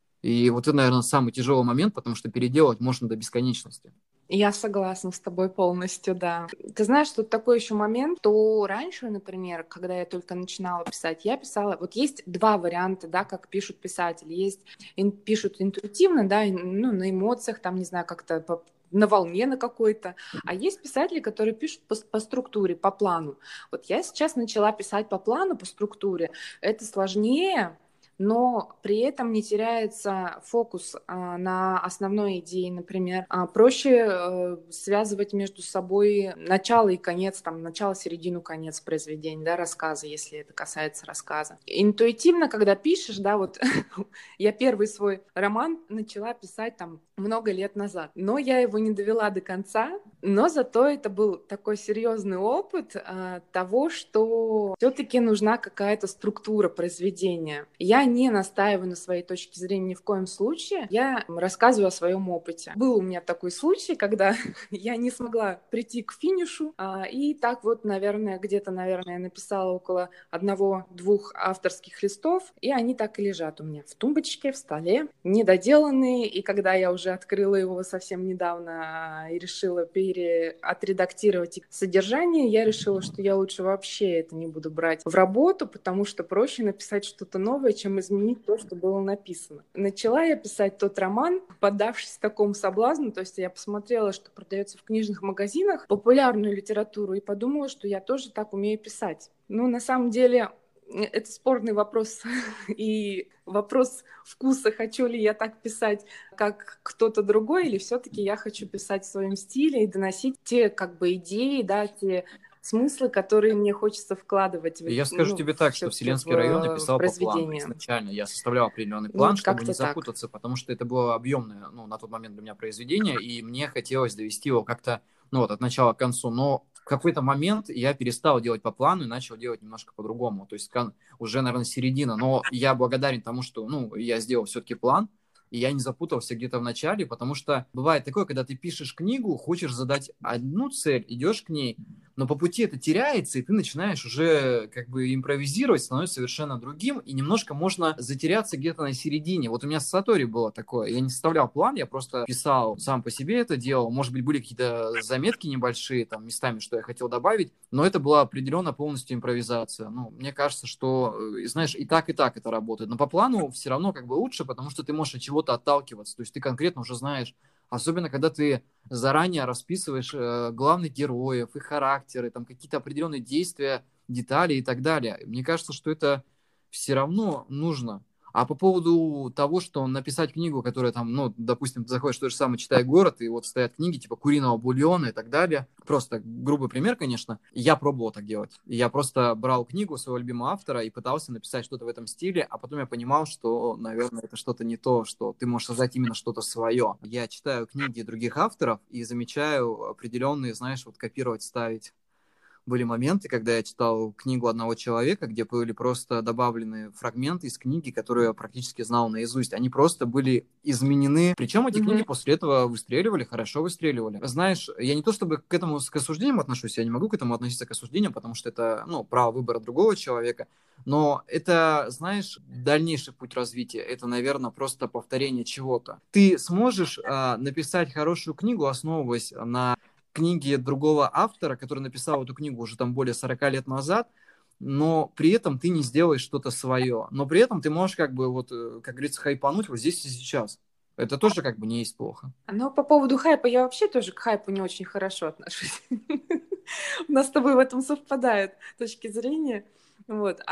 И вот это, наверное, самый тяжелый момент, потому что переделать можно до бесконечности. Я согласна с тобой полностью, да. Ты знаешь, тут такой еще момент, то раньше, например, когда я только начинала писать, я писала, вот есть два варианта, да, как пишут писатели. Есть пишут интуитивно, да, ну, на эмоциях, там, не знаю, как-то на волне на какой-то. А есть писатели, которые пишут по структуре, по плану. Вот я сейчас начала писать по плану, по структуре. Это сложнее, но при этом не теряется фокус на основной идее, например. Проще связывать между собой начало и конец, там, начало, середину, конец произведения, да, рассказа, если это касается рассказа. Интуитивно, когда пишешь, да, вот я первый свой роман начала писать там много лет назад, но я его не довела до конца, но зато это был такой серьезный опыт того, что все-таки нужна какая-то структура произведения. Я не настаиваю на своей точке зрения ни в коем случае. Я рассказываю о своем опыте. Был у меня такой случай, когда я не смогла прийти к финишу, и так вот, наверное, я написала около 1-2 авторских листов, и они так и лежат у меня в тумбочке, в столе, недоделанные. И когда я уже открыла его совсем недавно и решила отредактировать содержание, я решила, что я лучше вообще это не буду брать в работу, потому что проще написать что-то новое, чем изменить то, что было написано. Начала я писать тот роман, поддавшись такому соблазну, то есть я посмотрела, что продается в книжных магазинах, популярную литературу, и подумала, что я тоже так умею писать. Ну, на самом деле, это спорный вопрос и вопрос вкуса, хочу ли я так писать, как кто-то другой, или все-таки я хочу писать в своем стиле и доносить те как бы идеи, да, те смыслы, которые мне хочется вкладывать И я скажу тебе так, что все-таки Вселенский район я в писал по плану произведение. изначально. Я составлял определенный Ну, план, вот чтобы не как-то так. запутаться, потому что это было объемное, ну, на тот момент для меня произведение, и мне хотелось довести его как-то, ну, вот, от начала к концу. Но в какой-то момент я перестал делать по плану и начал делать немножко по-другому. То есть уже, наверное, середина. Но я благодарен тому, что, ну, я сделал все-таки план, и я не запутался где-то в начале, потому что бывает такое, когда ты пишешь книгу, хочешь задать одну цель, идешь к ней, но по пути это теряется, и ты начинаешь уже как бы импровизировать, становится совершенно другим, и немножко можно затеряться где-то на середине. Вот у меня с Сатори было такое, я не составлял план, я просто писал сам по себе это делал, может быть, были какие-то заметки небольшие, там, местами, что я хотел добавить, но это была определенно полностью импровизация. Ну, мне кажется, что, знаешь, и так это работает, но по плану все равно как бы лучше, потому что ты можешь от чего-то отталкиваться, то есть ты конкретно уже знаешь, особенно когда ты заранее расписываешь главных героев, их характеры, там какие-то определенные действия, детали и так далее. Мне кажется, что это все равно нужно. А по поводу того, что написать книгу, которая там, ну, допустим, ты заходишь в то же самое «Читай город», и вот стоят книги типа «Куриного бульона» и так далее. Просто грубый пример, конечно. Я пробовал так делать. Я просто брал книгу своего любимого автора и пытался написать что-то в этом стиле, а потом я понимал, что, наверное, это что-то не то, что ты можешь создать именно что-то свое. Я читаю книги других авторов и замечаю определенные, знаешь, вот копировать, ставить. Были моменты, когда я читал книгу одного человека, где были просто добавлены фрагменты из книги, которые я практически знал наизусть. Они просто были изменены. Причем эти книги после этого выстреливали, хорошо выстреливали. Знаешь, я не то чтобы к этому с осуждением отношусь, я не могу к этому относиться к осуждению, потому что это, ну, право выбора другого человека. Но это, знаешь, дальнейший путь развития. Это, наверное, просто повторение чего-то. Ты сможешь написать хорошую книгу, основываясь на книги другого автора, который написал эту книгу уже там более 40 лет назад, но при этом ты не сделаешь что-то свое. Но при этом ты можешь как бы вот, как говорится, хайпануть вот здесь и сейчас. Это тоже как бы не есть плохо. Но по поводу хайпа я вообще тоже к хайпу не очень хорошо отношусь. У нас с тобой в этом совпадают точки зрения. Вот.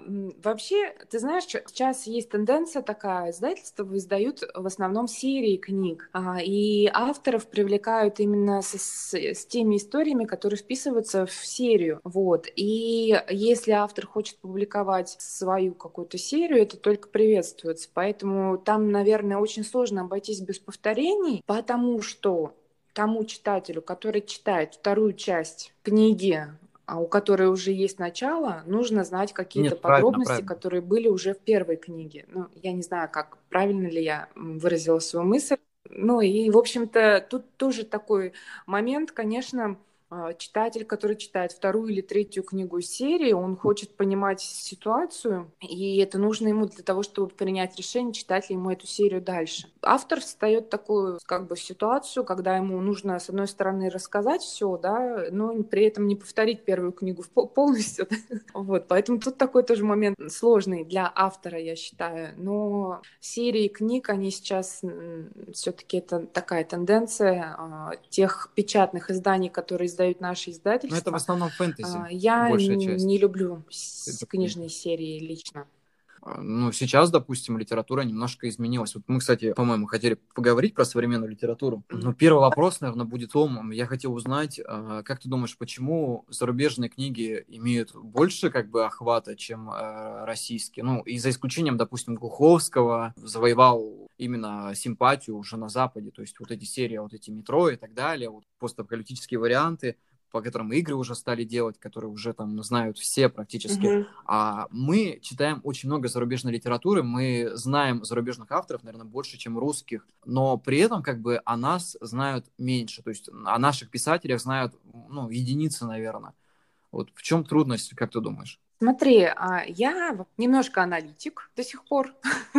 Вообще, ты знаешь, сейчас есть тенденция такая, издательства издают в основном серии книг, и авторов привлекают именно с теми историями, которые вписываются в серию. Вот. И если автор хочет публиковать свою какую-то серию, это только приветствуется. Поэтому там, наверное, очень сложно обойтись без повторений, потому что тому читателю, который читает вторую часть книги, у которой уже есть начало, нужно знать какие-то Нет, правильно, подробности, правильно. которые были уже в первой книге. Ну, я не знаю, как правильно ли я выразила свою мысль. Ну и, в общем-то, тут тоже такой момент, конечно, читатель, который читает вторую или третью книгу из серии, он хочет понимать ситуацию, и это нужно ему для того, чтобы принять решение, читать ли ему эту серию дальше. Автор встает в такую как бы ситуацию, когда ему нужно, с одной стороны, рассказать все, да, но при этом не повторить первую книгу полностью. Вот, поэтому тут такой тоже момент сложный для автора, я считаю. Но серии книг, они сейчас все-таки это такая тенденция тех печатных изданий, которые издают наши Но это в издательства. основном фэнтези, Я большая не часть. люблю Это книжные серии лично. Ну, сейчас, допустим, литература немножко изменилась. Вот мы, кстати, по-моему, хотели поговорить про современную литературу. Но первый вопрос, наверное, будет в том, я хотел узнать, как ты думаешь, почему зарубежные книги имеют больше как бы охвата, чем российские? Ну, и за исключением, допустим, Глуховского завоевал именно симпатию уже на Западе. То есть вот эти серии, вот эти «Метро» и так далее, вот постапокалиптические варианты, по которым игры уже стали делать, которые уже там знают все практически. Мгм. А мы читаем очень много зарубежной литературы, мы знаем зарубежных авторов, наверное, больше, чем русских, но при этом как бы о нас знают меньше, то есть о наших писателях знают, ну, единицы, наверное. Вот в чем трудность, как ты думаешь? Смотри, я немножко аналитик до сих пор.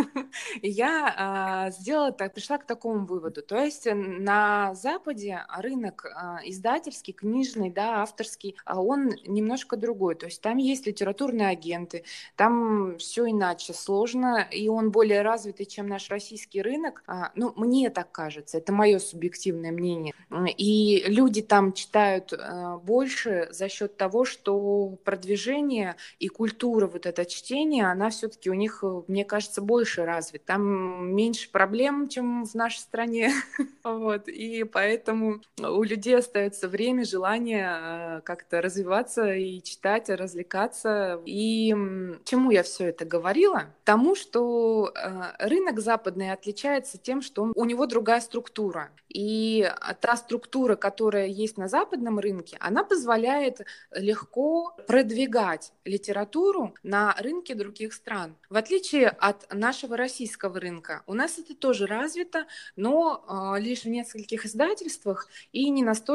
И я пришла к такому выводу. То есть на Западе рынок издательский, книжный, да, авторский, он немножко другой. То есть там есть литературные агенты, там все иначе сложно, и он более развитый, чем наш российский рынок. Ну, мне так кажется, это мое субъективное мнение. И люди там читают больше за счет того, что продвижение и культура вот это чтение, она все-таки у них, мне кажется, больше развита. Там меньше проблем, чем в нашей стране. Вот. И поэтому у людей остается время, желание как-то развиваться и читать, и развлекаться. И чему я все это говорила? Тому, что рынок западный отличается тем, что у него другая структура. И та структура, которая есть на западном рынке, она позволяет легко продвигать литературу на рынке других стран. В отличие от нашего российского рынка, у нас это тоже развито, но лишь в нескольких издательствах и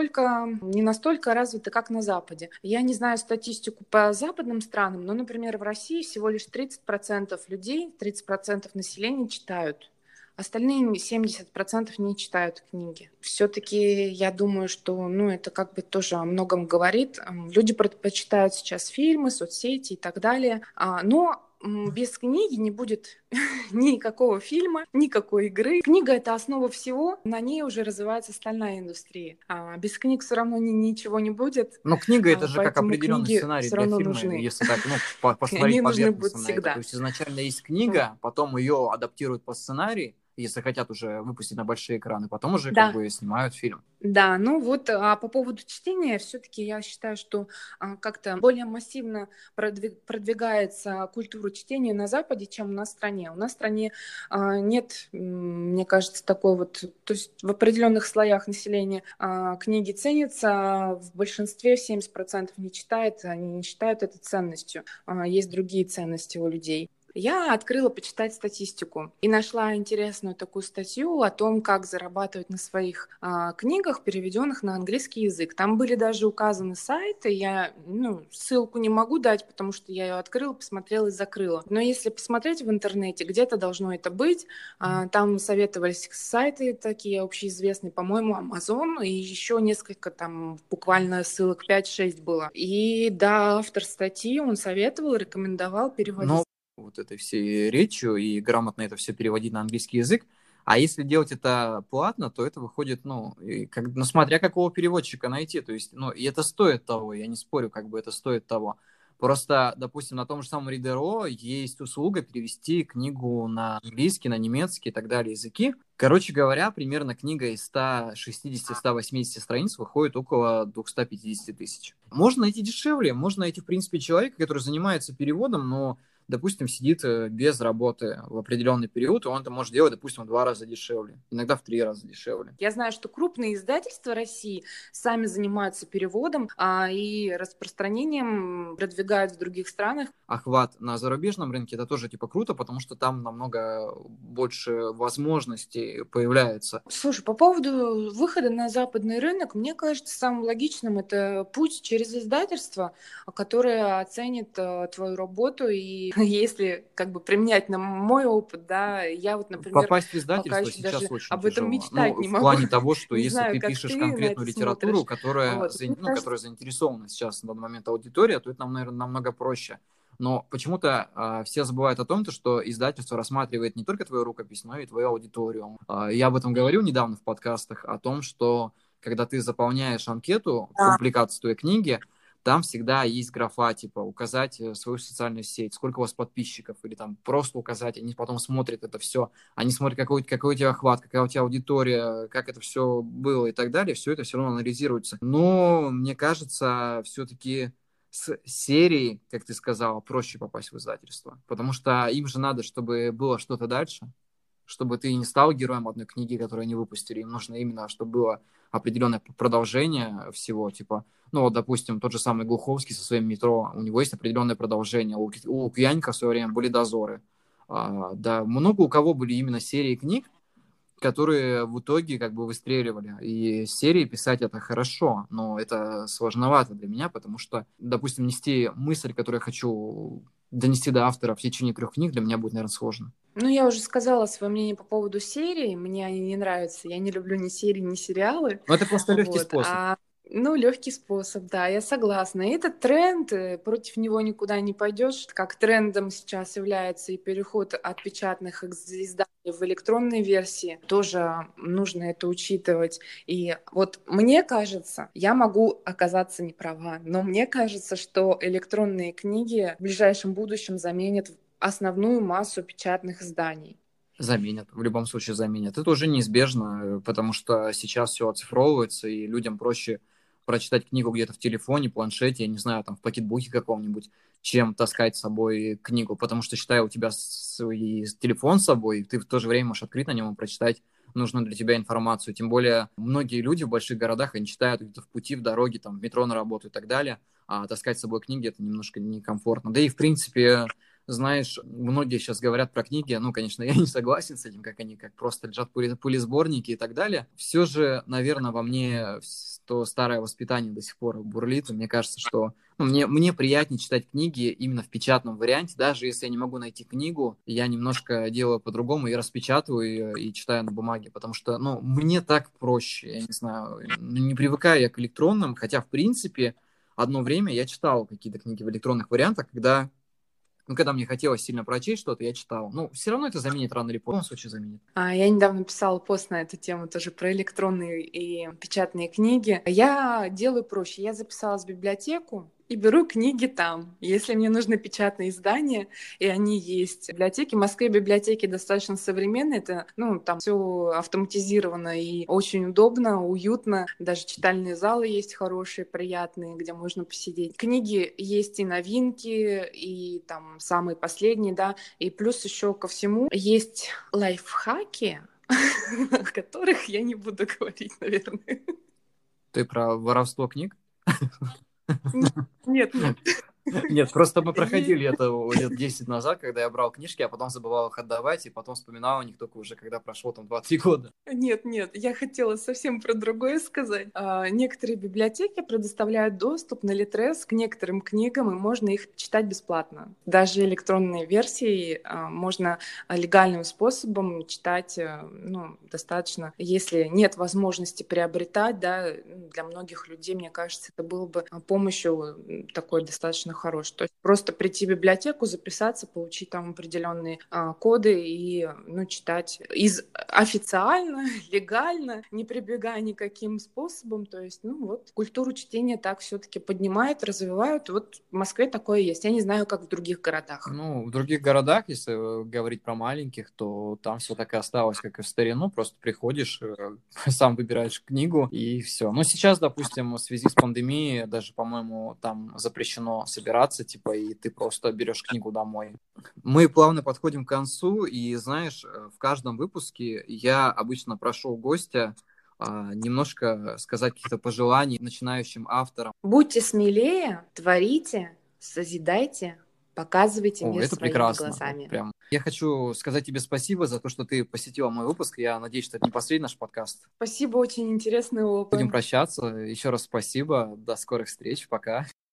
не настолько развито, как на Западе. Я не знаю статистику по западным странам, но, например, в России всего лишь 30% людей, 30% населения читают. Остальные 70% не читают книги. Все-таки я думаю, что это как бы тоже о многом говорит. Люди предпочитают сейчас фильмы, соцсети и так далее. Но без книги не будет никакого фильма, никакой игры. Книга — это основа всего, на ней уже развивается остальная индустрия. Без книг все равно ничего не будет, Но книга — это же как поэтому определенный книги сценарий все для равно фильма, нужны. если так, ну, И они посмотреть нужны будут поверхностно на это. То всегда. есть изначально есть книга, потом ее адаптируют по сценарию, если хотят уже выпустить на большие экраны, потом уже как Да, бы снимают фильм. да, по поводу чтения, все-таки я считаю, что как-то более массивно продвигается культура чтения на Западе, чем у нас в стране. У нас в стране нет, мне кажется, такой вот, то есть в определенных слоях населения книги ценятся, а в большинстве 70% не читает, они не считают это ценностью. Есть другие ценности у людей. Я открыла почитать статистику и нашла интересную такую статью о том, как зарабатывать на своих книгах, переведенных на английский язык. Там были даже указаны сайты, я ссылку не могу дать, потому что я ее открыла, посмотрела и закрыла. Но если посмотреть в интернете, где-то должно это быть. Там советовались сайты такие общеизвестные, по-моему, Amazon, и еще несколько там буквально ссылок 5-6 было. И да, автор статьи, он советовал, рекомендовал переводить. Но вот этой всей речью и грамотно это все переводить на английский язык, А если делать это платно, то это выходит, ну, ну, смотря какого переводчика найти, то есть, ну, и это стоит того, я не спорю, как бы это стоит того. Просто, допустим, на том же самом Reader.ro есть услуга перевести книгу на английский, на немецкий и так далее языки. Короче говоря, примерно книга из 160-180 страниц выходит около 250 тысяч. Можно найти дешевле, можно найти, в принципе, человека, который занимается переводом, но, допустим, сидит без работы в определенный период, и он это может делать, допустим, в 2 раза дешевле, иногда в 3 раза дешевле. Я знаю, что крупные издательства России сами занимаются переводом и распространением, продвигают в других странах. Охват на зарубежном рынке — это тоже типа круто, потому что там намного больше возможностей появляется. Слушай, по поводу выхода на западный рынок, мне кажется, самым логичным это путь через издательство, которое оценит твою работу. И если как бы применять на мой опыт, да, я вот, например, Попасть в пока издательство еще сейчас даже очень об этом тяжело. мечтать Ну, не в могу. плане того, что Не если знаю, ты как пишешь ты на конкретную это литературу, смотришь. которая, Вот. Мне которая кажется, заинтересована сейчас на данный момент аудитория, то это нам, наверное, намного проще. Но почему-то все забывают о том, что издательство рассматривает не только твою рукопись, но и твою аудиторию. Я об этом говорил недавно в подкастах, о том, что когда ты заполняешь анкету в публикации твоей книги, там всегда есть графа, типа, указать свою социальную сеть, сколько у вас подписчиков, или там просто указать, они потом смотрят это все, они смотрят, какой у тебя охват, какая у тебя аудитория, как это все было и так далее, все это все равно анализируется. Но, мне кажется, все-таки с серией, как ты сказала, проще попасть в издательство, потому что им же надо, чтобы было что-то дальше, чтобы ты не стал героем одной книги, которую они выпустили. Им нужно именно, чтобы было определенное продолжение всего, типа, ну, вот, допустим, тот же самый Глуховский со своим «Метро», у него есть определенное продолжение. У Лукьяненко в свое время были «Дозоры». Да, много у кого были именно серии книг, которые в итоге как бы выстреливали. И серии писать это хорошо, но это сложновато для меня, потому что, допустим, нести мысль, которую я хочу донести до автора в течение 3 книг, для меня будет, наверное, сложно. ну, я уже сказала свое мнение по поводу серии. Мне они не нравятся. Я не люблю ни серии, ни сериалы. Но это просто легкий Вот. способ. Ну, легкий способ, да, я согласна. И этот тренд, против него никуда не пойдешь. Как трендом сейчас является и переход от печатных изданий в электронные версии. Тоже нужно это учитывать. И вот мне кажется, я могу оказаться не права, но мне кажется, что электронные книги в ближайшем будущем заменят основную массу печатных изданий. Заменят, в любом случае заменят. Это уже неизбежно, потому что сейчас все оцифровывается, и людям проще прочитать книгу где-то в телефоне, планшете, я не знаю, там в пакетбуке каком-нибудь, чем таскать с собой книгу, потому что, считай, у тебя свой телефон с собой, и ты в то же время можешь открыть на нем и прочитать нужную для тебя информацию. Тем более, многие люди в больших городах, они читают где-то в пути, в дороге, там, в метро на работу и так далее, а таскать с собой книги — это немножко некомфортно. Да и, в принципе, знаешь, многие сейчас говорят про книги, ну, конечно, я не согласен с этим, как они как просто лежат пылесборники и так далее. Все же, наверное, во мне то старое воспитание до сих пор бурлит, и мне кажется, что мне приятнее читать книги именно в печатном варианте, даже если я не могу найти книгу, я немножко делаю по-другому и распечатываю ее, и читаю на бумаге, потому что, ну, мне так проще, я не знаю, не привыкаю я к электронным, хотя, в принципе, одно время я читал какие-то книги в электронных вариантах, когда мне хотелось сильно прочесть что-то, я читал. Ну, все равно это заменит рано или поздно, в случае заменит. Я недавно писала пост на эту тему тоже про электронные и печатные книги. Я делаю проще. Я записалась в библиотеку и беру книги там. Если мне нужно печатные издания, и они есть в библиотеке. В Москве библиотеки достаточно современные. Это, там все автоматизировано и очень удобно, уютно. Даже читальные залы есть хорошие, приятные, где можно посидеть. Книги есть и новинки, и там самые последние, да. И плюс еще ко всему есть лайфхаки, о которых я не буду говорить, наверное. Ты про воровство книг? Нет, нет. Нет, просто мы проходили это лет 10 назад, когда я брал книжки, а потом забывал их отдавать, и потом вспоминал о них только уже, когда прошло там 2-3 года. Нет, нет, я хотела совсем про другое сказать. Некоторые библиотеки предоставляют доступ на Литрес к некоторым книгам, и можно их читать бесплатно. Даже электронные версии можно легальным способом читать, достаточно. Если нет возможности приобретать, да, для многих людей, мне кажется, это было бы помощью такой достаточно хорош. То есть просто прийти в библиотеку, записаться, получить там определенные коды и, ну, читать официально, легально, не прибегая никаким способом. То есть, ну, вот культуру чтения так все-таки поднимают, развивают. Вот в Москве такое есть. Я не знаю, как в других городах. Ну, в других городах, если говорить про маленьких, то там все так и осталось, как и в старину. Просто приходишь, сам выбираешь книгу и все. Но сейчас, допустим, в связи с пандемией, даже, по-моему, там запрещено собираться, типа, и ты просто берешь книгу домой. Мы плавно подходим к концу, и, знаешь, в каждом выпуске я обычно прошу гостя немножко сказать каких-то пожеланий начинающим авторам. Будьте смелее, творите, созидайте, показывайте О, мир это своими прекрасно. Вот глазами. прям. Я хочу сказать тебе спасибо за то, что ты посетила мой выпуск. Я надеюсь, что это не последний наш подкаст. Спасибо, очень интересный Будем опыт. прощаться. Еще раз спасибо. До скорых встреч. Пока.